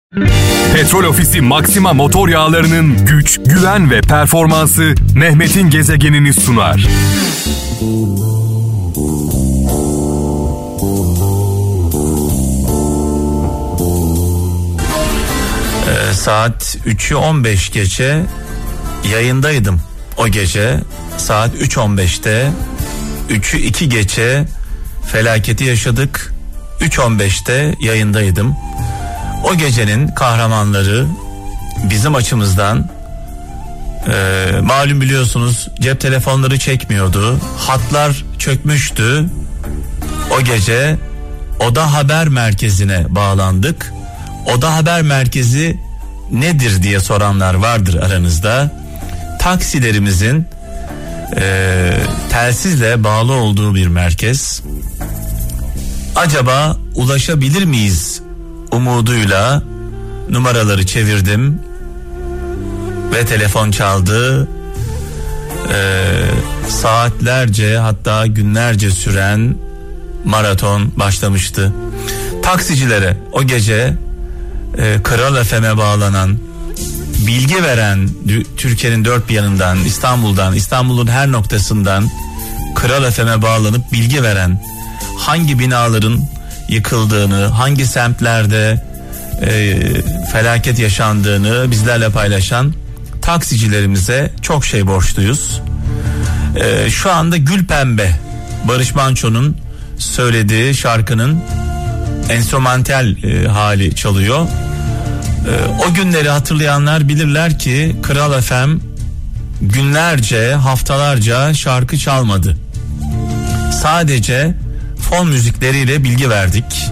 Petrol Ofisi Maxima motor yağlarının güç, güven ve performansı Mehmet'in gezegenini sunar. Saat 3'ü 15 geçe yayındaydım o gece. Saat 3.15'te 3'ü 2 geçe felaketi yaşadık. 3.15'te yayındaydım. O gecenin kahramanları bizim açımızdan malum biliyorsunuz cep telefonları çekmiyordu. Hatlar çökmüştü. O gece Oda Haber Merkezi'ne bağlandık. Oda Haber Merkezi nedir diye soranlar vardır aranızda. Taksilerimizin telsizle bağlı olduğu bir merkez. Acaba ulaşabilir miyiz umuduyla numaraları çevirdim ve telefon çaldı. Saatlerce hatta günlerce süren maraton başlamıştı. Taksicilere o gece Kral FM'e bağlanan, bilgi veren, Türkiye'nin dört bir yanından, İstanbul'un her noktasından Kral FM'e bağlanıp bilgi veren, hangi binaların yıkıldığını, hangi semtlerde felaket yaşandığını bizlerle paylaşan taksicilerimize çok şey borçluyuz. Şu anda Gül Pembe, Barış Manço'nun söylediği şarkının enstrümantal hali çalıyor. O günleri hatırlayanlar bilirler ki Kral FM günlerce, haftalarca şarkı çalmadı. Sadece fon müzikleriyle bilgi verdik.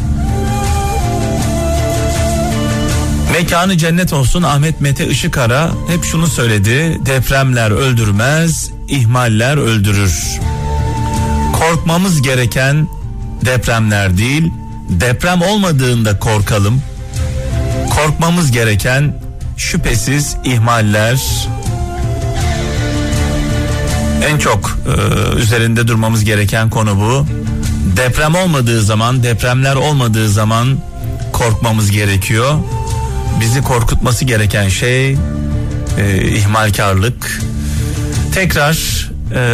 Mekanı cennet olsun Ahmet Mete Işıkara hep şunu söyledi: depremler öldürmez, ihmaller öldürür. Korkmamız gereken depremler değil, deprem olmadığında korkalım. Korkmamız gereken şüphesiz ihmaller. En çok üzerinde durmamız gereken konu bu. Deprem olmadığı zaman, depremler olmadığı zaman korkmamız gerekiyor. Bizi korkutması gereken şey ihmalkarlık. Tekrar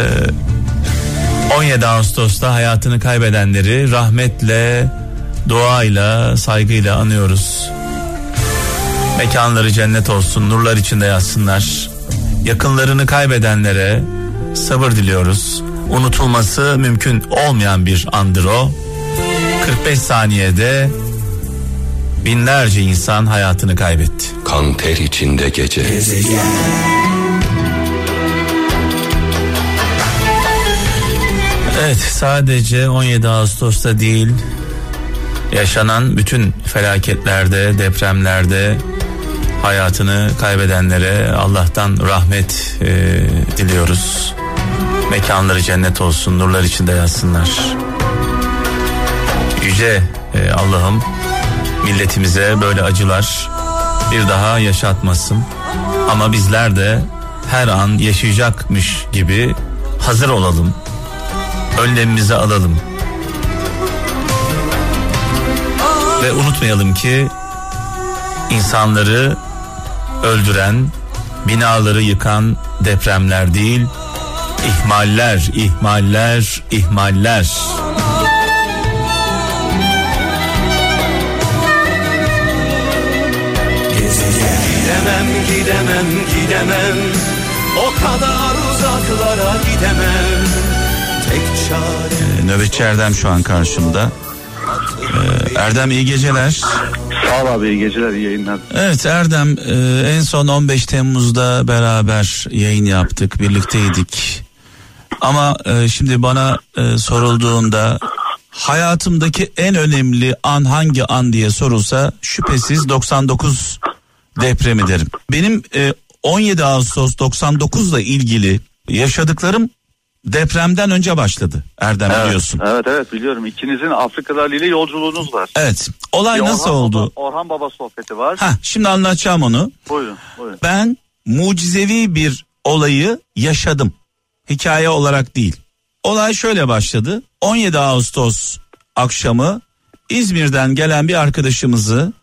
17 Ağustos'ta hayatını kaybedenleri rahmetle, duayla, saygıyla anıyoruz. Mekanları cennet olsun, nurlar içinde yatsınlar. Yakınlarını kaybedenlere sabır diliyoruz. Unutulması mümkün olmayan bir andır o. 45 saniyede binlerce insan hayatını kaybetti. Kan ter içinde gece. Evet, sadece 17 Ağustos'ta değil, yaşanan bütün felaketlerde, depremlerde hayatını kaybedenlere Allah'tan rahmet diliyoruz. Mekanları cennet olsun, nurlar içinde yatsınlar. Yüce Allah'ım milletimize böyle acılar bir daha yaşatmasın. Ama bizler de her an yaşayacakmış gibi hazır olalım. Önlemimizi alalım. Ve unutmayalım ki insanları öldüren, binaları yıkan depremler değil, ihmaller, ihmaller, ihmaller. Gidemem, gidemem, gidemem, o kadar uzaklara gidemem. Tek çare... Nöbetçi Erdem şu an karşımda. Erdem iyi geceler. Sağ ol abi, iyi geceler, iyi yayınlar. Evet Erdem, en son 15 Temmuz'da beraber yayın yaptık, birlikteydik. Ama şimdi bana sorulduğunda hayatımdaki en önemli an hangi an diye sorulsa şüphesiz 99 depremi derim. Benim 17 Ağustos 99'la ilgili yaşadıklarım depremden önce başladı Erdem, evet, biliyorsun. Evet biliyorum. İkinizin Afrika Dağı ile yolculuğunuz var. Evet. Olay nasıl oldu? Orhan Baba sohbeti var. Şimdi anlatacağım onu. Buyurun. Ben mucizevi bir olayı yaşadım. Hikaye olarak değil. Olay şöyle başladı. 17 Ağustos akşamı İzmir'den gelen bir arkadaşımızı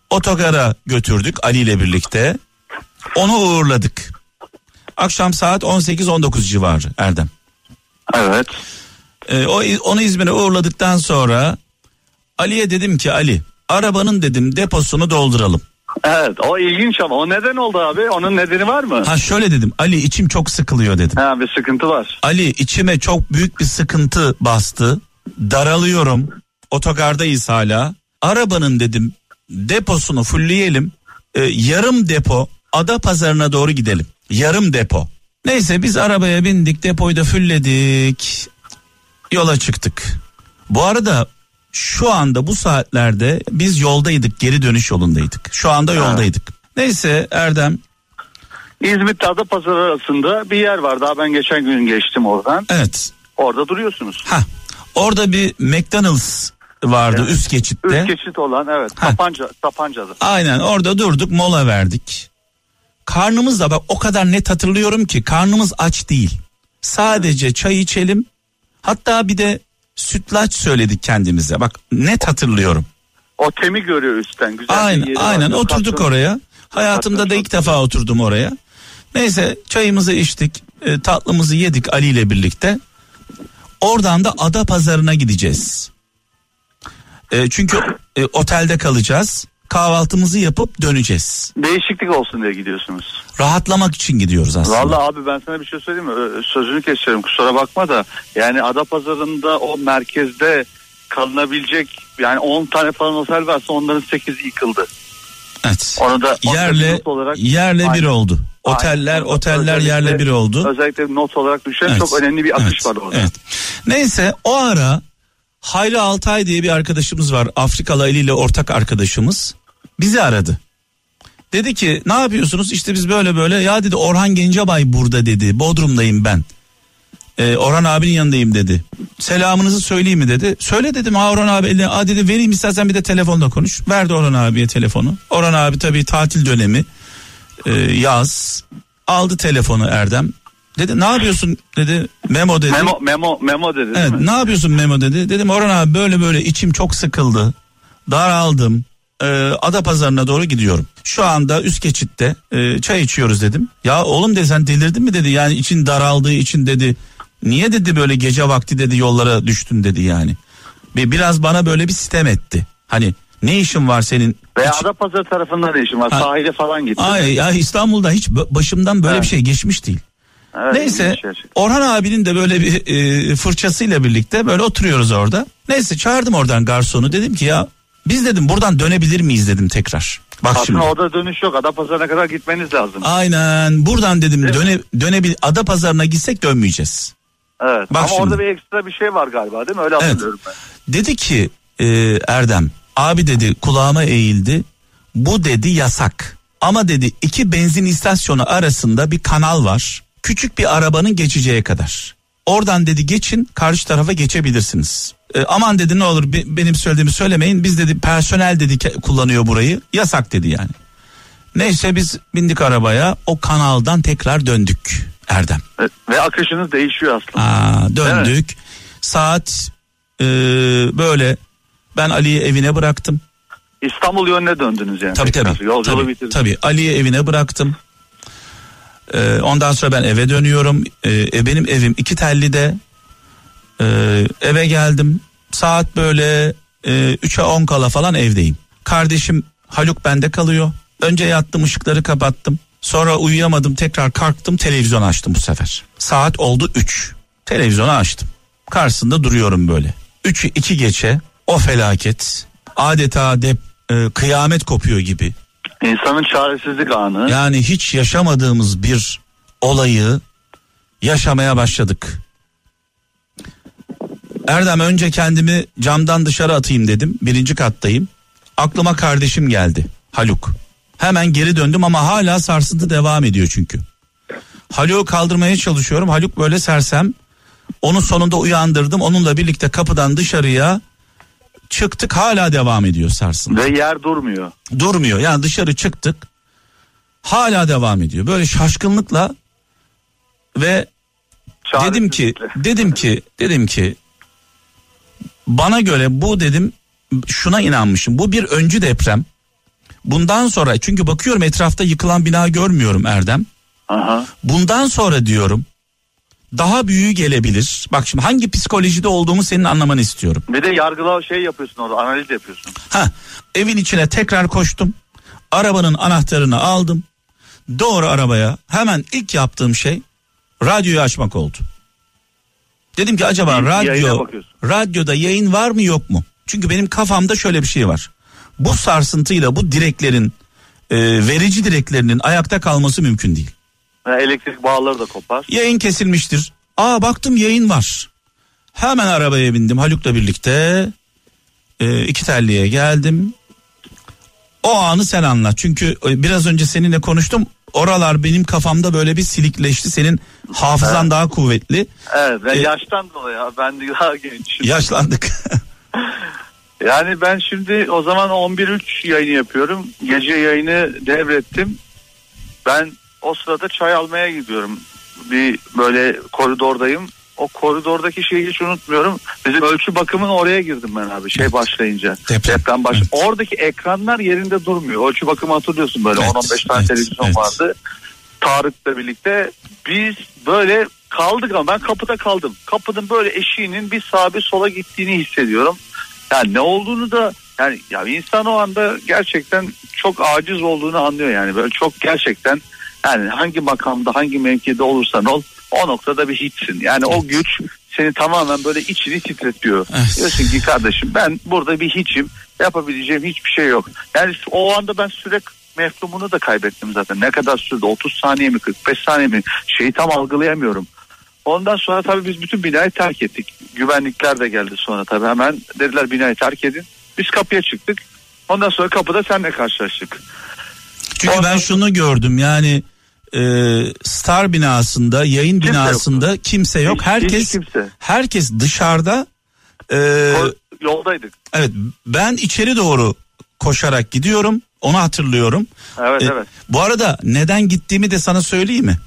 Otogara götürdük Ali ile birlikte. Onu uğurladık. Akşam saat 18-19 civarı Erdem. Evet. Onu İzmir'e uğurladıktan sonra Ali'ye dedim ki Ali, arabanın dedim deposunu dolduralım. Evet, o ilginç ama o neden oldu abi? Onun nedeni var mı? Ha şöyle dedim, Ali içim çok sıkılıyor dedim. Ha, bir sıkıntı var. Ali, içime çok büyük bir sıkıntı bastı. Daralıyorum. Otogardayız hala. Arabanın dedim deposunu fullleyelim. Yarım depo Adapazarı'na doğru gidelim. Yarım depo. Neyse biz arabaya bindik, depoyu da fullledik. Yola çıktık. Bu arada şu anda bu saatlerde biz yoldaydık, geri dönüş yolundaydık. Şu anda yoldaydık. Neyse Erdem. İzmit'te Adapazarı arasında bir yer var. Daha ben geçen gün geçtim oradan. Evet. Orada duruyorsunuz. Orada bir McDonald's vardı, evet. Üst geçitte. Üst geçit olan, evet. Sapanca'da. Aynen, orada durduk, mola verdik. Karnımız da bak o kadar net hatırlıyorum ki karnımız aç değil. Sadece çay içelim. Hatta bir de sütlaç söyledik kendimize. Bak net hatırlıyorum. O temi görüyor üstten. Güzel aynen oturduk oraya. Hayatımda da ilk defa oturdum oraya. Neyse çayımızı içtik, tatlımızı yedik Ali ile birlikte. Oradan da Adapazarı'na gideceğiz. Çünkü otelde kalacağız. Kahvaltımızı yapıp döneceğiz. Değişiklik olsun diye gidiyorsunuz. Rahatlamak için gidiyoruz aslında. Vallahi abi ben sana bir şey söyleyeyim mi? Sözünü kesiyorum, kusura bakma da. Yani Adapazarı'nda o merkezde kalınabilecek yani 10 tane falan otel varsa onların 8'i yıkıldı. Evet. Onu da yerle bir oldu. Oteller yerle bir oldu. Özellikle not olarak düşen çok önemli bir akış var orada. Evet. Neyse o ara Hayri Altay diye bir arkadaşımız var. Afrikalı Ali ile ortak arkadaşımız. Bizi aradı. Dedi ki ne yapıyorsunuz? İşte biz böyle. Ya dedi Orhan Gencebay burada dedi. Bodrum'dayım ben. Orhan abinin yanındayım dedi. Selamınızı söyleyeyim mi dedi. Söyle dedim Orhan abi eline. Dedi vereyim istersen bir de telefonla konuş. Verdi Orhan abiye telefonu. Orhan abi tabii tatil dönemi. Yaz. Aldı telefonu Erdem. Dedi ne yapıyorsun dedi. Memo dedi. Memo dedi. Evet, ne yapıyorsun Memo dedi. Dedim Orhan abi böyle içim çok sıkıldı. Daraldım. Adapazarı'na doğru gidiyorum. Şu anda üst geçitte çay içiyoruz dedim. Ya oğlum dedi sen delirdin mi dedi. Yani için daraldığı için dedi. Niye dedi böyle gece vakti dedi yollara düştün dedi yani. Biraz bana böyle bir sitem etti. Hani ne işin var senin? Veya Adapazarı tarafında ne işin var? Sahile falan gitti. Ya İstanbul'da hiç başımdan böyle bir şey geçmiş değil. Evet, neyse Orhan abinin de böyle bir fırçasıyla birlikte böyle oturuyoruz orada. Neyse çağırdım oradan garsonu, dedim ki ya biz dedim buradan dönebilir miyiz dedim tekrar. Bak aslında şimdi. Orada dönüş yok, Adapazarı'na kadar gitmeniz lazım. Aynen buradan dedim Adapazarı'na gitsek dönmeyeceğiz. Evet. Bak ama şimdi. Orada bir ekstra bir şey var galiba değil mi? Öyle hatırlıyorum ben. Dedi ki Erdem abi dedi kulağıma eğildi. Bu dedi yasak. Ama dedi 2 benzin istasyonu arasında bir kanal var. Küçük bir arabanın geçeceği kadar. Oradan dedi geçin, karşı tarafa geçebilirsiniz. Aman dedi ne olur benim söylediğimi söylemeyin. Biz dedi personel dedi kullanıyor burayı. Yasak dedi yani. Neyse biz bindik arabaya, o kanaldan tekrar döndük Erdem. Ve akışınız değişiyor aslında. Döndük. Evet. Saat böyle ben Ali'yi evine bıraktım. İstanbul yönüne döndünüz yani. Tabii Ali'yi evine bıraktım. Ondan sonra ben eve dönüyorum. Benim evim 2 Telli'de. Eve geldim. Saat böyle 3'e 10 kala falan evdeyim. Kardeşim Haluk bende kalıyor. Önce yattım, ışıkları kapattım. Sonra uyuyamadım, tekrar kalktım, televizyon açtım bu sefer. Saat oldu 3. Televizyonu açtım. Karşısında duruyorum böyle. 3'ü 2 geçe o felaket. Adeta kıyamet kopuyor gibi. İnsanın çaresizlik anı. Yani hiç yaşamadığımız bir olayı yaşamaya başladık. Erdem önce kendimi camdan dışarı atayım dedim. 1. kattayım. Aklıma kardeşim geldi. Haluk. Hemen geri döndüm ama hala sarsıntı devam ediyor çünkü. Haluk'u kaldırmaya çalışıyorum. Haluk böyle sersem. Onu sonunda uyandırdım. Onunla birlikte kapıdan dışarıya çıktık, hala devam ediyor sarsıntı. Ve yer durmuyor. Durmuyor yani, dışarı çıktık. Hala devam ediyor. Böyle şaşkınlıkla ve dedim ki bana göre bu dedim, şuna inanmışım. Bu bir öncü deprem. bundan sonra, çünkü bakıyorum etrafta yıkılan bina görmüyorum Erdem. Aha. Bundan sonra diyorum daha büyüğü gelebilir. Bak şimdi hangi psikolojide olduğumu senin anlamanı istiyorum. Bir de yargıla şey yapıyorsun orada, analiz yapıyorsun. Evin içine tekrar koştum. Arabanın anahtarını aldım. Doğru arabaya hemen ilk yaptığım şey radyoyu açmak oldu. Dedim ki acaba radyoda yayın var mı yok mu? Çünkü benim kafamda şöyle bir şey var. Bu sarsıntıyla bu direklerin verici direklerinin ayakta kalması mümkün değil. Elektrik bağları da kopar. Yayın kesilmiştir. Baktım yayın var. Hemen arabaya bindim Haluk'la birlikte. 2 telliye geldim. O anı sen anlat. Çünkü biraz önce seninle konuştum. Oralar benim kafamda böyle bir silikleşti. Senin hafızan daha kuvvetli. Evet, ben yaştan dolayı ya. Ben daha genç. Yaşlandık. Yani ben şimdi o zaman 11.3 yayını yapıyorum. Gece yayını devrettim. Ben o sırada çay almaya gidiyorum. Bir böyle koridordayım. O koridordaki şeyi hiç unutmuyorum. Bizim ölçü bakımın oraya girdim ben abi. Başlayınca. Deprem baş. Evet. Oradaki ekranlar yerinde durmuyor. Ölçü bakımı hatırlıyorsun böyle. Evet, 10-15 tane televizyon vardı. Tarık'la birlikte biz böyle kaldık ama ben kapıda kaldım. Kapının böyle eşiğinin bir sağa bir sola gittiğini hissediyorum. Yani ne olduğunu da yani ya insan o anda gerçekten çok aciz olduğunu anlıyor yani. Böyle çok gerçekten yani hangi makamda hangi mevkide olursan ol o noktada bir hiçsin. Yani o güç seni tamamen böyle içini titretiyor. Evet. Diyorsun ki kardeşim ben burada bir hiçim, yapabileceğim hiçbir şey yok. Yani o anda ben süre mefhumunu da kaybettim zaten. Ne kadar sürdü? 30 saniye mi 45 saniye mi? Şeyi tam algılayamıyorum. Ondan sonra tabii biz bütün binayı terk ettik. Güvenlikler de geldi sonra tabii hemen dediler binayı terk edin. Biz kapıya çıktık. Ondan sonra kapıda seninle karşılaştık. Çünkü ben şunu gördüm yani Star binasında, yayın binasında kimse yok. Herkes dışarıda. Yoldaydık. Evet, ben içeri doğru koşarak gidiyorum. Onu hatırlıyorum. Evet. Bu arada neden gittiğimi de sana söyleyeyim mi?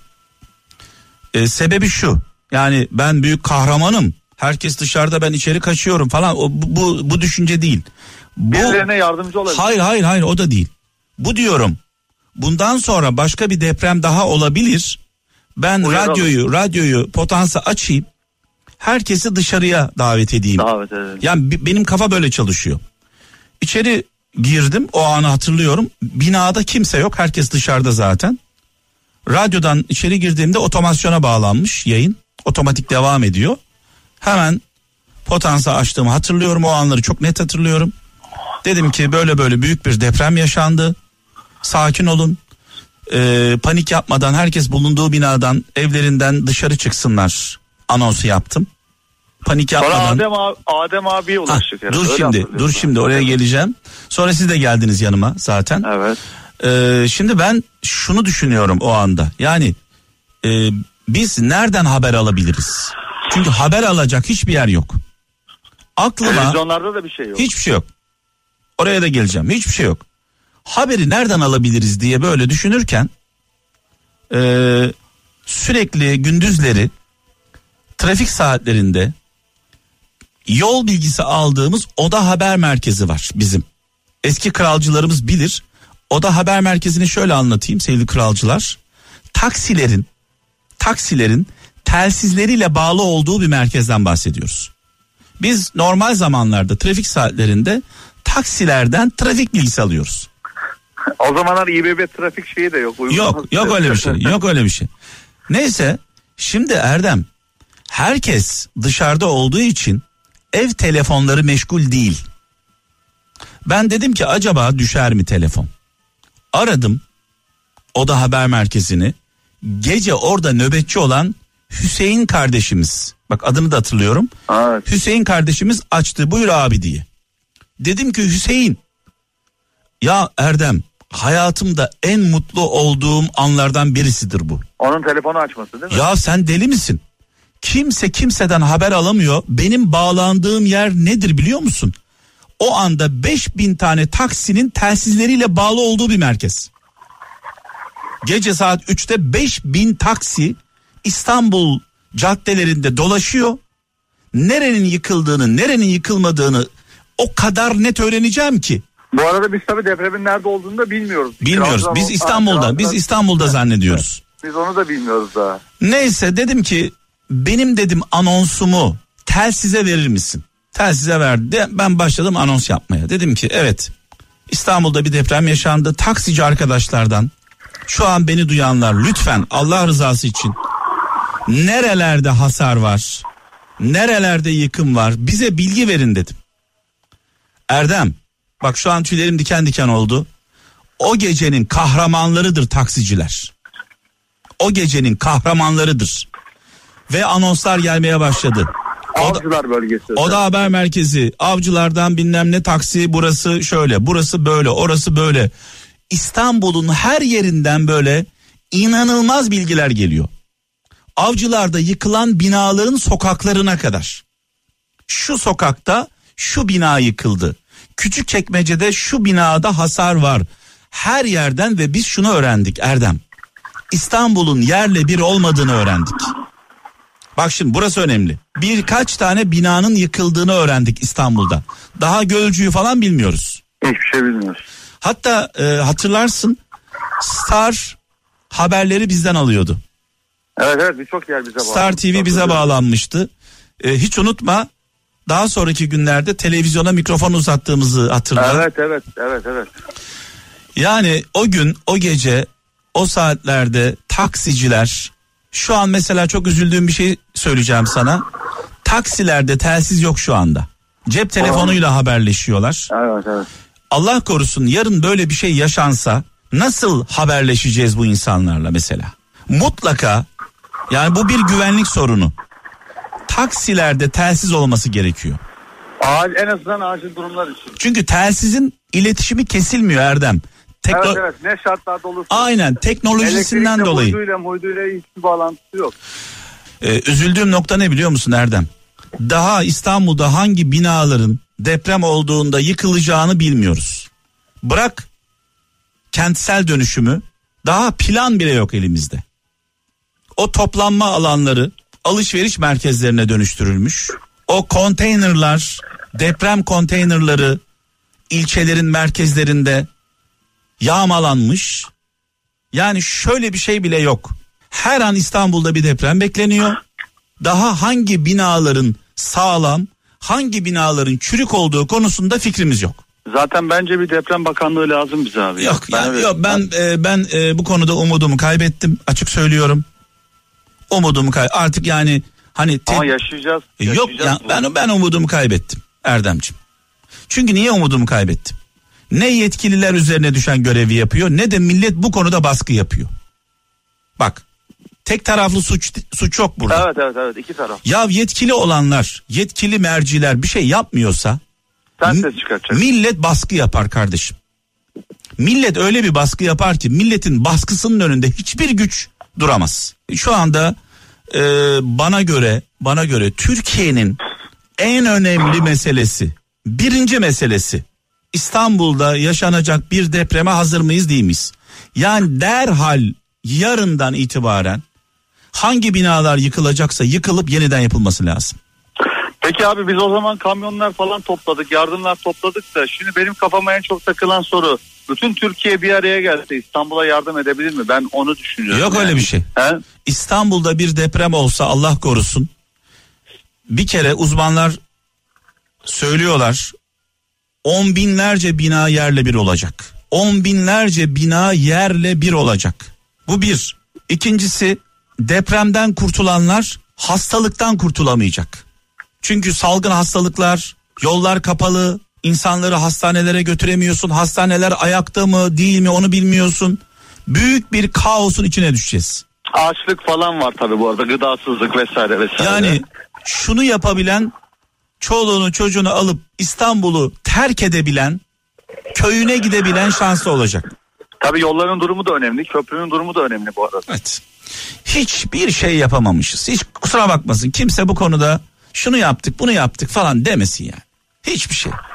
Sebebi şu. Yani ben büyük kahramanım. Herkes dışarıda, ben içeri kaçıyorum falan. Bu düşünce değil. Birilerine yardımcı olabilir. Hayır o da değil. Bu diyorum. Bundan sonra başka bir deprem daha olabilir. Ben radyoyu potansa açayım. Herkesi dışarıya davet edeyim. Yani benim kafa böyle çalışıyor. İçeri girdim, o anı hatırlıyorum. Binada kimse yok, herkes dışarıda zaten. Radyodan içeri girdiğimde otomasyona bağlanmış yayın. Otomatik devam ediyor. Hemen potansa açtığımı hatırlıyorum, o anları çok net hatırlıyorum. Dedim ki böyle büyük bir deprem yaşandı. Sakin olun. Panik yapmadan herkes bulunduğu binadan, evlerinden dışarı çıksınlar anonsu yaptım. Panik yapmadan. Sonra Adem abiye ulaştık. Dur şimdi oraya geleceğim. Sonra siz de geldiniz yanıma zaten. Evet. Şimdi ben şunu düşünüyorum o anda. Yani biz nereden haber alabiliriz? Çünkü haber alacak hiçbir yer yok. Televizyonlarda da bir şey yok. Hiçbir şey yok. Oraya da geleceğim. Hiçbir şey yok. Haberi nereden alabiliriz diye böyle düşünürken sürekli gündüzleri trafik saatlerinde yol bilgisi aldığımız Oda Haber Merkezi var bizim. Eski kralcılarımız bilir. Oda Haber Merkezi'ni şöyle anlatayım sevgili kralcılar. Taksilerin telsizleriyle bağlı olduğu bir merkezden bahsediyoruz. Biz normal zamanlarda trafik saatlerinde taksilerden trafik bilgisi alıyoruz. O zamanlar İBB trafik şeyi de yok. Yok öyle bir şey. Neyse şimdi Erdem, herkes dışarıda olduğu için ev telefonları meşgul değil. Ben dedim ki acaba düşer mi telefon? Aradım Oda Haber Merkezi'ni. Gece orada nöbetçi olan Hüseyin kardeşimiz, bak adını da hatırlıyorum. Evet. Hüseyin kardeşimiz açtı, buyur abi diye. Dedim ki Hüseyin, ya Erdem, hayatımda en mutlu olduğum anlardan birisidir bu. Onun telefonu açması değil mi? Ya sen deli misin? Kimse kimseden haber alamıyor. Benim bağlandığım yer nedir biliyor musun? O anda 5000 tane taksinin telsizleriyle bağlı olduğu bir merkez. Gece saat 3'te 5000 taksi İstanbul caddelerinde dolaşıyor. Nerenin yıkıldığını, nerenin yıkılmadığını o kadar net öğreneceğim ki. Bu arada biz tabii depremin nerede olduğunu da bilmiyoruz. Bilmiyoruz. Biz İstanbul'da zannediyoruz. Biz onu da bilmiyoruz daha. Neyse, dedim ki benim dedim anonsumu telsize verir misin? Telsize verdi. Ben başladım anons yapmaya. Dedim ki evet, İstanbul'da bir deprem yaşandı. Taksici arkadaşlardan, şu an beni duyanlar, lütfen Allah rızası için nerelerde hasar var, nerelerde yıkım var, bize bilgi verin dedim. Erdem, bak şu an tüylerim diken diken oldu. O gecenin kahramanlarıdır taksiciler. O gecenin kahramanlarıdır. Ve anonslar gelmeye başladı. Avcılar bölgesi. Oda haber merkezi, avcılardan bilmem ne taksi, burası şöyle, burası böyle, orası böyle. İstanbul'un her yerinden böyle inanılmaz bilgiler geliyor. Avcılarda yıkılan binaların sokaklarına kadar. Şu sokakta şu bina yıkıldı. Küçükçekmece'de şu binada hasar var. Her yerden. Ve biz şunu öğrendik Erdem. İstanbul'un yerle bir olmadığını öğrendik. Bak şimdi burası önemli. Birkaç tane binanın yıkıldığını öğrendik İstanbul'da. Daha Gölcük'ü falan bilmiyoruz. Hiçbir şey bilmiyoruz. Hatta hatırlarsın, Star haberleri bizden alıyordu. Evet birçok yer bize bağlanmıştı. Star TV bize bağlanmıştı. Hiç unutma, daha sonraki günlerde televizyona mikrofon uzattığımızı hatırla. Evet. Yani o gün, o gece, o saatlerde taksiciler, şu an mesela çok üzüldüğüm bir şey söyleyeceğim sana. Taksilerde telsiz yok şu anda. Cep telefonuyla haberleşiyorlar. Evet. Allah korusun yarın böyle bir şey yaşansa nasıl haberleşeceğiz bu insanlarla mesela? Mutlaka, yani bu bir güvenlik sorunu. Taksilerde telsiz olması gerekiyor. En azından acil durumlar için. Çünkü telsizin iletişimi kesilmiyor Erdem. Evet, ne şartlarda olursa. Aynen, teknolojisinden dolayı. Muyduyla hiçbir bağlantısı yok. Üzüldüğüm nokta ne biliyor musun Erdem? Daha İstanbul'da hangi binaların deprem olduğunda yıkılacağını bilmiyoruz. Bırak kentsel dönüşümü, daha plan bile yok elimizde. O toplanma alanları alışveriş merkezlerine dönüştürülmüş. O konteynerlar, deprem konteynerları ilçelerin merkezlerinde yağmalanmış. Yani şöyle bir şey bile yok. Her an İstanbul'da bir deprem bekleniyor. Daha hangi binaların sağlam, hangi binaların çürük olduğu konusunda fikrimiz yok. Zaten bence bir deprem bakanlığı lazım bize abi. Ben bu konuda umudumu kaybettim, açık söylüyorum. Artık yani hani ama yaşayacağız. Yok ya, ben umudumu kaybettim Erdemciğim. Çünkü niye umudumu kaybettim? Ne yetkililer üzerine düşen görevi yapıyor, ne de millet bu konuda baskı yapıyor. Bak, tek taraflı suç yok burada. Evet, iki taraf. Ya yetkili olanlar, yetkili merciler bir şey yapmıyorsa ses çıkartacak. Millet baskı yapar kardeşim. Millet öyle bir baskı yapar ki milletin baskısının önünde hiçbir güç duramaz. Şu anda bana göre Türkiye'nin en önemli meselesi, birinci meselesi, İstanbul'da yaşanacak bir depreme hazır mıyız değil miyiz? Yani derhal yarından itibaren hangi binalar yıkılacaksa yıkılıp yeniden yapılması lazım. Peki abi, biz o zaman kamyonlar falan topladık, yardımlar topladık da şimdi benim kafama en çok takılan soru, bütün Türkiye bir araya gelse İstanbul'a yardım edebilir mi? Ben onu düşünüyorum. Yok öyle bir şey. He? İstanbul'da bir deprem olsa Allah korusun, bir kere uzmanlar söylüyorlar, 10 binlerce bina yerle bir olacak. 10 binlerce bina yerle bir olacak. Bu bir. İkincisi, depremden kurtulanlar hastalıktan kurtulamayacak. Çünkü salgın hastalıklar, yollar kapalı, insanları hastanelere götüremiyorsun. Hastaneler ayakta mı değil mi onu bilmiyorsun. Büyük bir kaosun içine düşeceğiz. Açlık falan var tabii bu arada, gıdasızlık vesaire. Yani şunu yapabilen, çoluğunu çocuğunu alıp İstanbul'u terk edebilen, köyüne gidebilen şanslı olacak. Tabii yolların durumu da önemli, köprünün durumu da önemli bu arada. Evet. Hiçbir şey yapamamışız. Hiç kusura bakmasın kimse bu konuda şunu yaptık bunu yaptık falan demesin yani. Hiçbir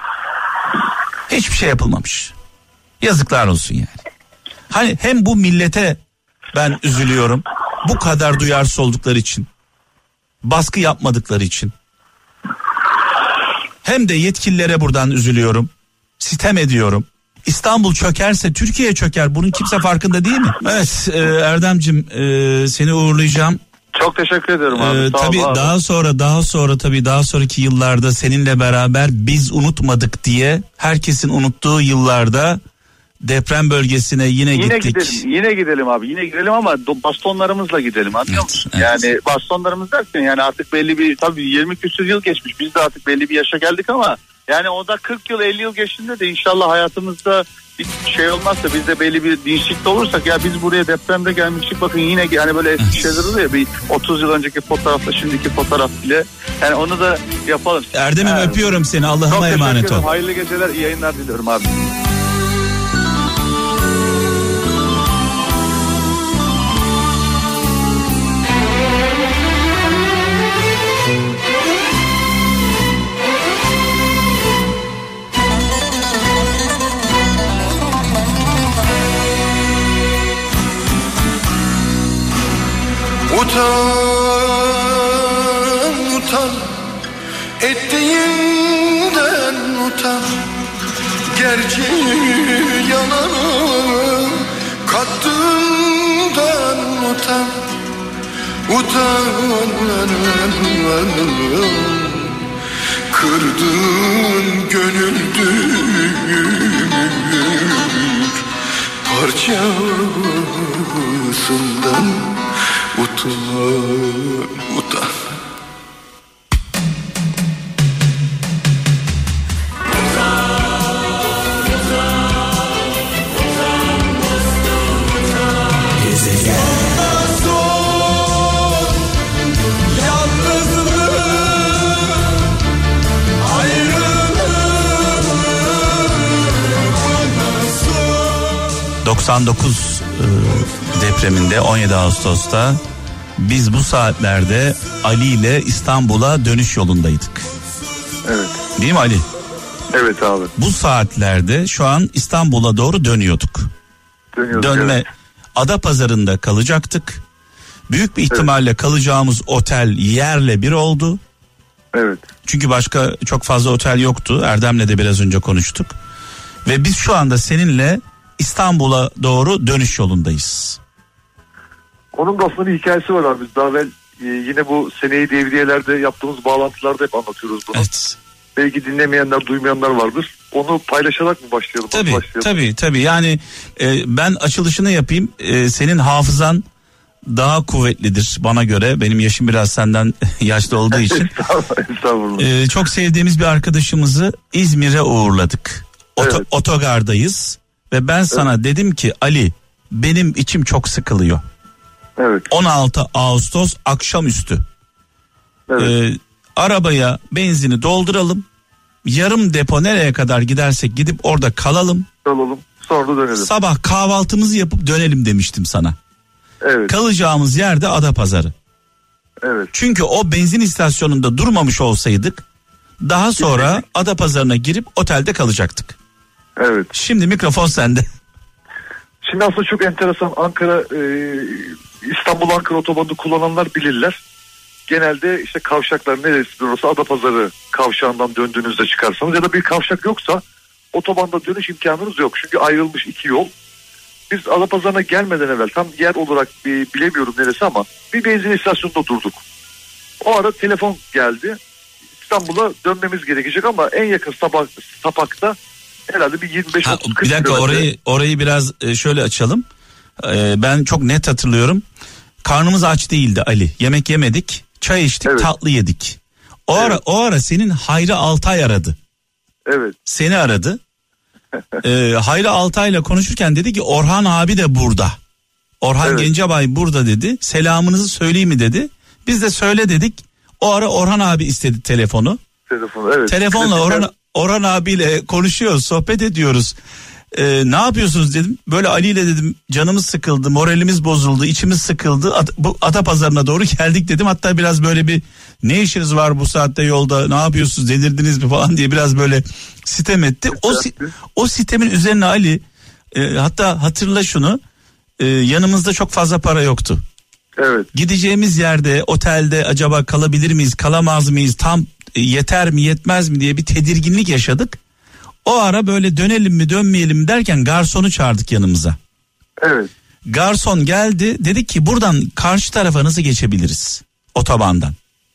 şey yapılmamış. Yazıklar olsun yani. Hani hem bu millete ben üzülüyorum, bu kadar duyarsız oldukları için, baskı yapmadıkları için, hem de yetkililere buradan üzülüyorum. sitem ediyorum. İstanbul çökerse Türkiye çöker. Bunun kimse farkında değil mi? Evet Erdem'cim seni uğurlayacağım. Çok teşekkür ederim abi. Tabii daha sonraki yıllarda seninle beraber biz unutmadık diye herkesin unuttuğu yıllarda deprem bölgesine yine gittik. Yine gidelim abi. Yine gidelim ama bastonlarımızla gidelim. Anlıyor musun? Evet. Yani bastonlarımız derken yani artık belli bir tabii 20 küsur yıl geçmiş. Biz de artık belli bir yaşa geldik ama yani o da 40 yıl 50 yıl geçtiğinde de inşallah hayatımızda bir şey olmazsa biz de belli bir dinçlikte olursak ya biz buraya depremde gelmiştik bakın yine yani böyle eski şeyler oluyor ya bir 30 yıl önceki fotoğrafla şimdiki fotoğraf bile yani onu da yapalım. Erdem'im öpüyorum seni, Allah'ıma emanet ol. Hayırlı geceler, iyi yayınlar diliyorum abi. Utan ettiğinden utan, gerçeği yalanı kattığından utan, kırdığın gönüldür parçasından utan. 99 depreminde 17 Ağustos'ta biz bu saatlerde Ali ile İstanbul'a dönüş yolundaydık. Evet. Değil mi Ali? Evet abi. Bu saatlerde şu an İstanbul'a doğru dönüyorduk. Dönme evet. Adapazarı'nda kalacaktık. Büyük bir ihtimalle kalacağımız otel yerle bir oldu. Evet. Çünkü başka çok fazla otel yoktu. Erdem'le de biraz önce konuştuk. Ve biz şu anda seninle İstanbul'a doğru dönüş yolundayız. Onun da aslında bir hikayesi var abi. Biz daha evvel yine bu seneyi devriyelerde yaptığımız bağlantılarda hep anlatıyoruz bunu. Evet. Belki dinlemeyenler, duymayanlar vardır. Onu paylaşarak mı başlayalım? Tabii. Yani ben açılışını yapayım. Senin hafızan daha kuvvetlidir bana göre. Benim yaşım biraz senden yaşlı olduğu için. Estağfurullah. Çok sevdiğimiz bir arkadaşımızı İzmir'e uğurladık. Evet. Otogardayız. Ve ben sana dedim ki Ali, benim içim çok sıkılıyor. Evet. 16 Ağustos akşamüstü. Evet. Arabaya benzini dolduralım. Yarım depo nereye kadar gidersek gidip orada kalalım. Sonra dönelim. Sabah kahvaltımızı yapıp dönelim demiştim sana. Evet. Kalacağımız yerde Adapazarı. Evet. Çünkü o benzin istasyonunda durmamış olsaydık daha sonra Adapazarı'na girip otelde kalacaktık. Evet. Şimdi mikrofon sende. Şimdi aslında çok enteresan. İstanbul-Ankara otobanını kullananlar bilirler. Genelde işte kavşaklar neresi orası Adapazarı kavşağından döndüğünüzde çıkarsanız ya da bir kavşak yoksa otobanda dönüş imkanınız yok. Çünkü ayrılmış iki yol. Biz Adapazarı'na gelmeden evvel tam yer olarak bilemiyorum neresi ama bir benzin istasyonunda durduk. O ara telefon geldi. İstanbul'a dönmemiz gerekecek ama en yakın sapakta herhalde bir 25-30 bir dakika orayı biraz şöyle açalım. Ben çok net hatırlıyorum. Karnımız aç değildi Ali. Yemek yemedik. Çay içtik, evet. Tatlı yedik. O ara senin Hayri Altay aradı. Evet. Seni aradı. Hayri Altay'la konuşurken dedi ki Orhan abi de burada. Orhan evet. Gencebay burada dedi. Selamınızı söyleyeyim mi dedi. Biz de söyle dedik. O ara Orhan abi istedi telefonu. Evet. Telefonla Orhan abiyle konuşuyoruz, sohbet ediyoruz. Ne yapıyorsunuz dedim. Böyle Ali ile dedim canımız sıkıldı, moralimiz bozuldu, içimiz sıkıldı. Bu Adapazarı'na doğru geldik dedim. Hatta biraz böyle bir ne işiniz var bu saatte yolda, ne yapıyorsunuz, delirdiniz mi falan diye biraz böyle sitem etti. O sitemin üzerine Ali hatta hatırla şunu, yanımızda çok fazla para yoktu. Evet. Gideceğimiz yerde otelde acaba kalabilir miyiz, kalamaz mıyız, tam yeter mi yetmez mi diye bir tedirginlik yaşadık. O ara böyle dönelim mi dönmeyelim mi derken garsonu çağırdık yanımıza. Evet. Garson geldi, dedik ki buradan karşı tarafa nasıl geçebiliriz otobandan.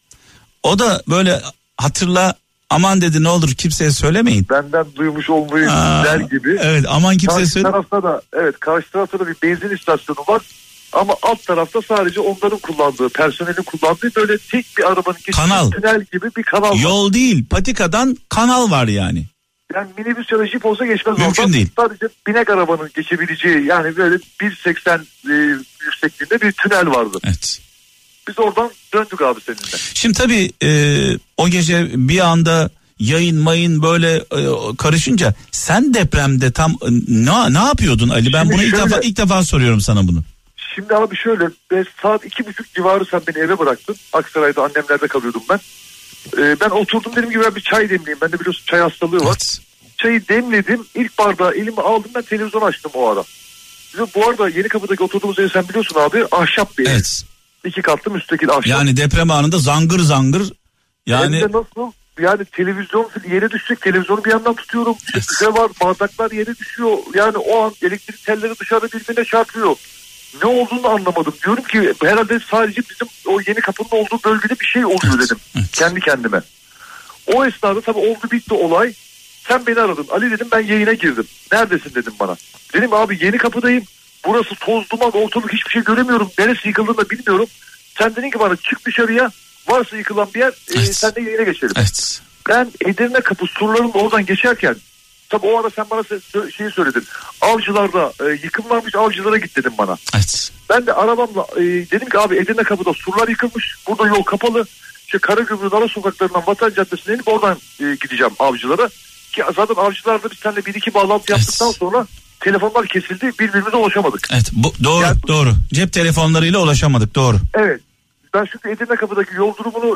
O da böyle hatırla, aman dedi ne olur kimseye söylemeyin. Benden duymuş olmayı der gibi. Evet, aman kimseye söylemeyin. Karşı tarafta da bir benzin istasyonu var. Ama alt tarafta sadece onların kullandığı, personelin kullandığı böyle tek bir arabanın geçtiği tünel gibi bir kanal var. Yol değil, patikadan kanal var yani. Yani minibüs ya da jip olsa geçmez. Mümkün oradan. değil. Sadece binek arabanın geçebileceği, yani böyle 1.80 yüksekliğinde bir tünel vardı. Evet. Biz oradan döndük abi seninle. Şimdi tabii o gece bir anda yayın mayın böyle karışınca sen depremde tam ne yapıyordun Ali? Ben Şimdi bunu ilk defa soruyorum sana bunu. Şimdi abi şöyle, saat 2.30 civarı sen beni eve bıraktın. Aksaray'da annemlerde kalıyordum ben. Ben oturdum, dedim ki ben bir çay demleyeyim. Bende biliyorsun çay hastalığı var. Evet. Çayı demledim. İlk bardağı elime aldım, ben televizyon açtım o ara. Bu arada Yenikapı'daki oturduğumuz ev sen biliyorsun abi, ahşap bir ev. Evet. 2 katlı müstakil ahşap. Yani deprem anında zangır zangır. Yani nasıl? Yani televizyon yere düşecek, televizyonu bir yandan tutuyorum. Evet. Bir şey var, bardaklar yere düşüyor. Yani o an elektrik telleri dışarı birbirine çarpıyor. Ne olduğunu anlamadım. Diyorum ki herhalde sadece bizim o Yenikapı'nın olduğu bölgede bir şey oluyor dedim. Evet. Kendi kendime. O esnada tabii oldu bitti olay. Sen beni aradın. Ali dedim, ben yayına girdim. Neredesin dedim bana. Dedim abi Yenikapı'dayım. Burası toz duman, ortalık, hiçbir şey göremiyorum. Neresi yıkıldığını da bilmiyorum. Sen dedin ki bana çık dışarıya. Varsa yıkılan bir yer, evet. sen de yayına geçelim. Evet. Ben Edirne Kapı surlarının oradan geçerken, tabi o ara sen bana şeyi söyledin. Avcılarda yıkım varmış, avcılara git dedim bana. Evet. Ben de arabamla dedim ki abi Edirne Kapı'da surlar yıkılmış. Burada yol kapalı. İşte Karagümrük'ün ara sokaklarından Vatan Caddesi'ne inip oradan gideceğim avcılara. Ki zaten avcılarda biz seninle 1-2 bağlantı yaptıktan sonra telefonlar kesildi. Birbirimize ulaşamadık. Evet, doğru yani, doğru. Cep telefonlarıyla ulaşamadık, doğru. Evet. Ben çünkü Edirne Kapı'daki yol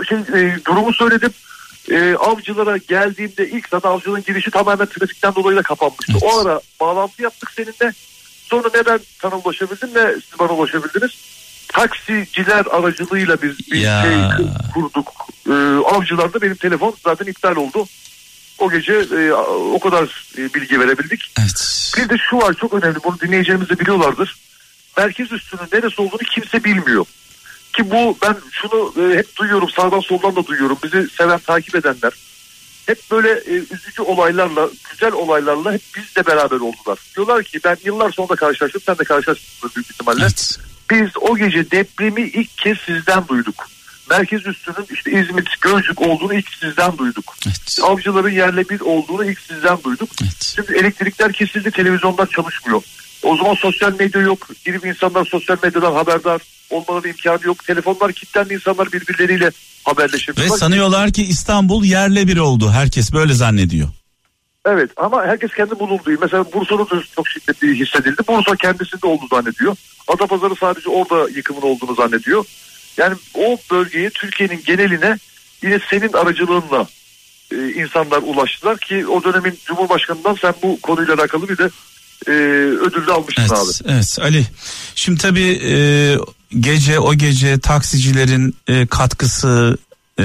durumu söyledim. Avcılara geldiğimde ilk zaten avcıların girişi tamamen trafikten dolayı da kapanmıştı. Evet. O ara bağlantı yaptık seninle. Sonra ne ben sana ulaşabildim ne siz bana ulaşabildiniz. Taksiciler aracılığıyla biz bir şey kurduk. Avcılarda benim telefon zaten iptal oldu. O gece o kadar bilgi verebildik. Evet. Bir de şu var, çok önemli, bunu dinleyicilerimiz de biliyorlardır. Merkez üssünün neresi olduğunu kimse bilmiyor. Ki bu, ben şunu hep duyuyorum, sağdan soldan da duyuyorum. Bizi seven, takip edenler hep böyle üzücü olaylarla, güzel olaylarla hep bizle beraber oldular. Diyorlar ki ben yıllar sonra da karşılaştım, sen de karşılaştın büyük ihtimalle. Evet. Biz o gece depremi ilk kez sizden duyduk. Merkez üssünün işte İzmit, Gölcük olduğunu ilk sizden duyduk. Evet. Avcıların yerle bir olduğunu ilk sizden duyduk. Evet. Şimdi elektrikler kesildi, televizyonlar çalışmıyor. O zaman sosyal medya yok. Girip insanlar sosyal medyadan haberdar olmaları imkanı yok. Telefonlar kilitlendi, insanlar birbirleriyle haberleşiyorlar. Ve sanıyorlar ki İstanbul yerle bir oldu. Herkes böyle zannediyor. Evet, ama herkes kendi bulunduğu. Mesela Bursa'da çok şiddetli hissedildi. Bursa kendisinde olduğu zannediyor. Adapazarı sadece orada yıkımın olduğunu zannediyor. Yani o bölgeye, Türkiye'nin geneline yine senin aracılığınla insanlar ulaştılar ki o dönemin Cumhurbaşkanı'ndan sen bu konuyla alakalı bir de ödül de almışsın, evet, abi. Evet Ali. Şimdi tabii o gece taksicilerin katkısı,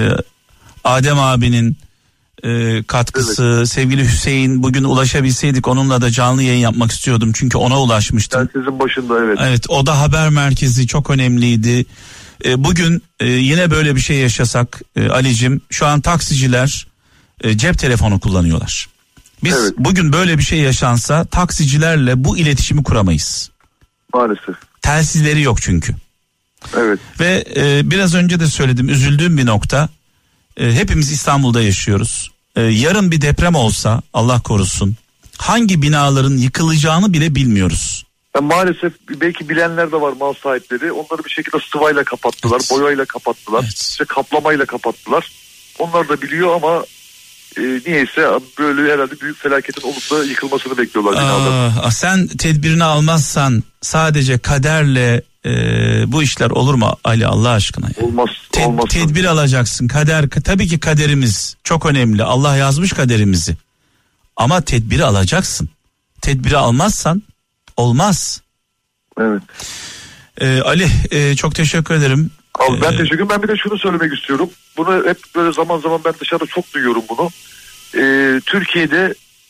Adem abinin katkısı, evet. Sevgili Hüseyin, bugün ulaşabilseydik onunla da canlı yayın yapmak istiyordum çünkü ona ulaşmıştım. Sizin başında, evet. Evet, o da haber merkezi çok önemliydi. Bugün yine böyle bir şey yaşasak Ali'cim, şu an taksiciler cep telefonu kullanıyorlar. Biz evet. Bugün böyle bir şey yaşansa taksicilerle bu iletişimi kuramayız. Maalesef. Telsizleri yok çünkü. Evet. Ve biraz önce de söyledim, üzüldüğüm bir nokta. Hepimiz İstanbul'da yaşıyoruz. Yarın bir deprem olsa, Allah korusun, hangi binaların yıkılacağını bile bilmiyoruz. Maalesef belki bilenler de var, mal sahipleri. Onları bir şekilde sıvayla kapattılar, evet. Boyayla kapattılar, evet. İşte kaplamayla kapattılar. Onlar da biliyor ama niyeyse böyle herhalde büyük felaketin olup da yıkılmasını bekliyorlar binalar. Sen tedbirini almazsan sadece kaderle bu işler olur mu Ali, Allah aşkına ya? Olmaz. Tedbir alacaksın. Kader, tabii ki kaderimiz çok önemli. Allah yazmış kaderimizi. Ama tedbiri alacaksın. Tedbiri almazsan olmaz. Evet. Ali çok teşekkür ederim. Abi ben teşekkür ederim. Ben bir de şunu söylemek istiyorum. Bunu hep böyle zaman zaman ben dışarıda çok duyuyorum bunu. Türkiye'de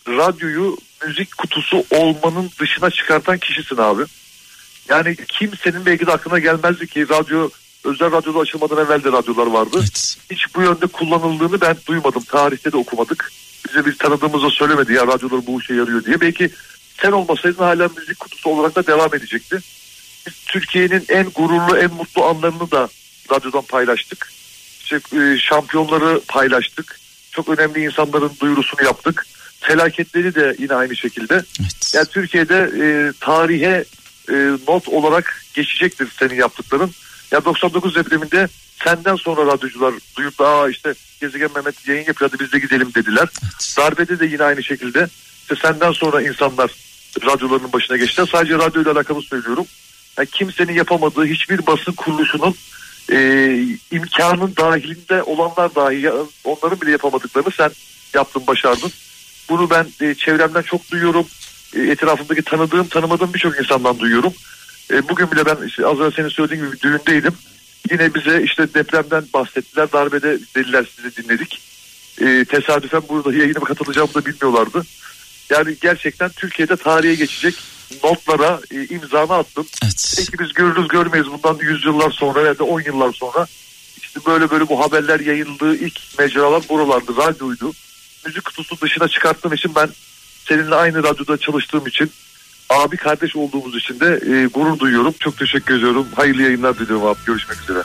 radyoyu müzik kutusu olmanın dışına çıkartan kişisin abi. Yani kimsenin belki de aklına gelmezdi ki özel radyoda açılmadan evvel de radyolar vardı. Evet. Hiç bu yönde kullanıldığını ben duymadım. Tarihte de okumadık. Bize bir tanıdığımız da söylemedi ya radyolar bu işe yarıyor diye. Belki sen olmasaydın hala müzik kutusu olarak da devam edecekti. Biz Türkiye'nin en gururlu, en mutlu anlarını da radyodan paylaştık. İşte, şampiyonları paylaştık. Çok önemli insanların duyurusunu yaptık. Felaketleri de yine aynı şekilde. Evet. Yani Türkiye'de tarihe not olarak geçecektir senin yaptıkların. Ya 99 depreminde senden sonra radyocular duyup da işte Gezegen Mehmet yayın yapıyor hadi biz de gidelim dediler. Evet. Darbede de yine aynı şekilde işte senden sonra insanlar radyolarının başına geçtiler. Sadece radyoyla alakalı söylüyorum. Yani kimsenin yapamadığı hiçbir basın kuruluşunun imkanın dahilinde olanlar dahi onların bile yapamadıklarını sen yaptın, başardın. Bunu ben çevremden çok duyuyorum. Etrafımdaki tanımadığım birçok insandan duyuyorum. Bugün bile ben işte az önce senin söylediğin gibi bir düğündeydim. Yine bize işte depremden bahsettiler. Darbede dediler sizi dinledik. Tesadüfen burada yayına katılacağımı da bilmiyorlardı. Yani gerçekten Türkiye'de tarihe geçecek notlara imzanı attın. Evet. Belki biz görürüz görmeyiz bundan 100 yıllar sonra ya da 10 yıllar sonra. İşte böyle bu haberler yayıldığı ilk mecralar buralardı, radyoydu. Müzik kutusu dışına çıkarttığım için ben seninle aynı radyoda çalıştığım için, abi kardeş olduğumuz için de gurur duyuyorum. Çok teşekkür ediyorum. Hayırlı yayınlar diliyorum abi. Görüşmek üzere.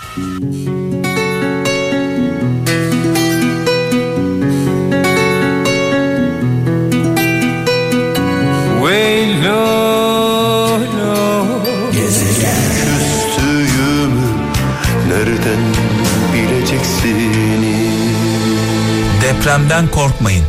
Küstüğümü nereden bileceksin? Depremden korkmayın.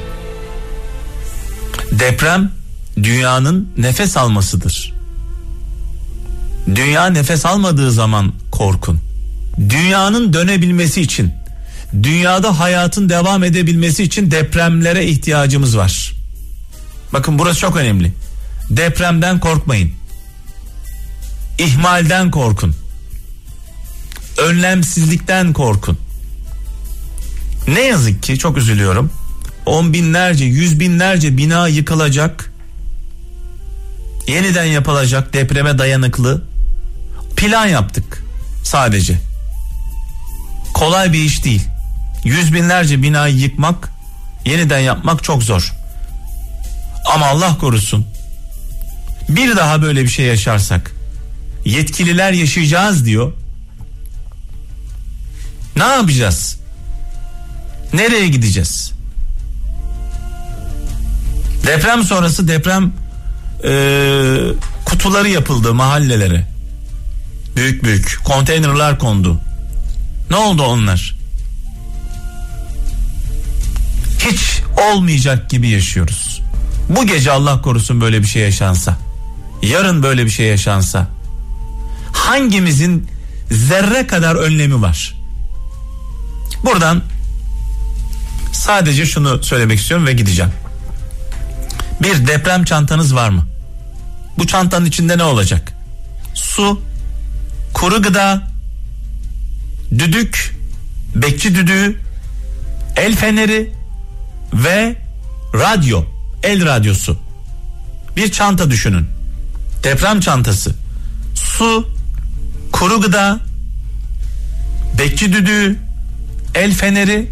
Deprem dünyanın nefes almasıdır. Dünya nefes almadığı zaman korkun. Dünyanın dönebilmesi için, dünyada hayatın devam edebilmesi için depremlere ihtiyacımız var. Bakın burası çok önemli. Depremden korkmayın. İhmalden korkun. Önlemsizlikten korkun. Ne yazık ki çok üzülüyorum. 10 binlerce, 100 binlerce bina yıkılacak. Yeniden yapılacak, depreme dayanıklı. Plan yaptık sadece. Kolay bir iş değil. 100 binlerce binayı yıkmak, yeniden yapmak çok zor. Ama Allah korusun, bir daha böyle bir şey yaşarsak, yetkililer yaşayacağız diyor. Ne yapacağız? Nereye gideceğiz? Deprem sonrası deprem kutuları yapıldı mahallelere. Büyük konteynerler kondu. Ne oldu onlar? Hiç olmayacak gibi yaşıyoruz. Bu gece Allah korusun böyle bir şey yaşansa, yarın böyle bir şey yaşansa, hangimizin zerre kadar önlemi var? Buradan sadece şunu söylemek istiyorum ve gideceğim. Bir, deprem çantanız var mı? Bu çantanın içinde ne olacak? Su, kuru gıda, düdük, bekçi düdüğü, el feneri ve radyo, el radyosu. Bir çanta düşünün. Deprem çantası. Su, kuru gıda, bekçi düdüğü, el feneri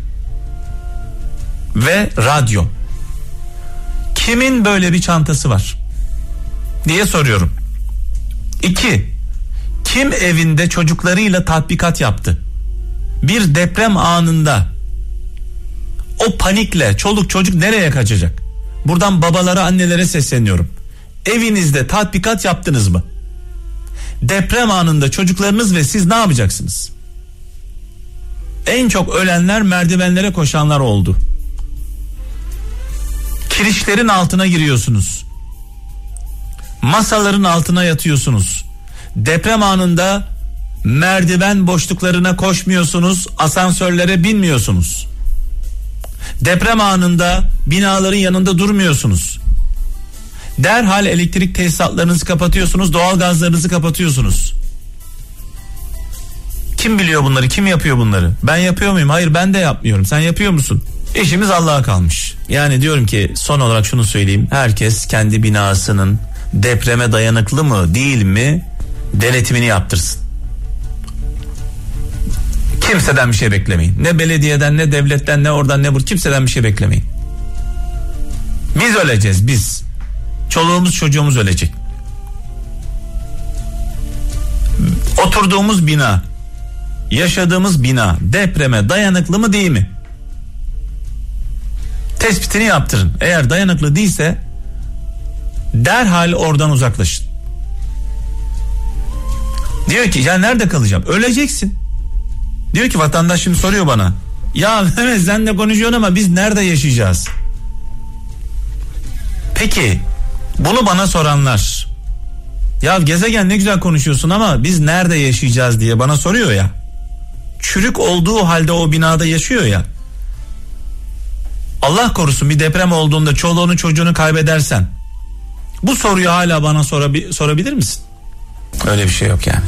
ve radyo. Kimin böyle bir çantası var diye soruyorum. 2. Kim evinde çocuklarıyla tatbikat yaptı? Bir deprem anında o panikle çoluk çocuk nereye kaçacak? Buradan babalara, annelere sesleniyorum. Evinizde tatbikat yaptınız mı? Deprem anında çocuklarınız ve siz ne yapacaksınız? En çok ölenler merdivenlere koşanlar oldu. Kirişlerin altına giriyorsunuz. Masaların altına yatıyorsunuz. Deprem anında merdiven boşluklarına koşmuyorsunuz, asansörlere binmiyorsunuz. Deprem anında binaların yanında durmuyorsunuz. Derhal elektrik tesisatlarınızı kapatıyorsunuz, doğalgazlarınızı kapatıyorsunuz. Kim biliyor bunları? Kim yapıyor bunları? Ben yapıyor muyum? Hayır, ben de yapmıyorum. Sen yapıyor musun? İşimiz Allah'a kalmış. Yani diyorum ki son olarak şunu söyleyeyim. Herkes kendi binasının depreme dayanıklı mı değil mi denetimini yaptırsın. Kimseden bir şey beklemeyin. Ne belediyeden, ne devletten, ne oradan, ne buradan, kimseden bir şey beklemeyin. Biz öleceğiz, biz. Çoluğumuz çocuğumuz ölecek. Oturduğumuz bina, yaşadığımız bina depreme dayanıklı mı değil mi? Tespitini yaptırın. Eğer dayanıklı değilse derhal oradan uzaklaşın. Diyor ki ya nerede kalacağım? Öleceksin. Diyor ki vatandaş şimdi soruyor bana. Ya evet sen de konuşuyorsun ama biz nerede yaşayacağız? Peki bunu bana soranlar, ya gezegen ne güzel konuşuyorsun ama biz nerede yaşayacağız diye bana soruyor ya. Çürük olduğu halde o binada yaşıyor ya. Allah korusun bir deprem olduğunda çoluğunu çocuğunu kaybedersen bu soruyu hala bana sorabilir misin? Öyle bir şey yok yani.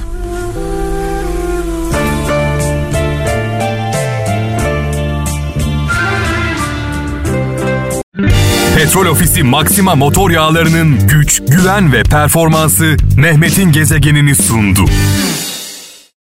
Petrol Ofisi Maxima motor yağlarının güç, güven ve performansı Mehmet'in gezegenini sundu.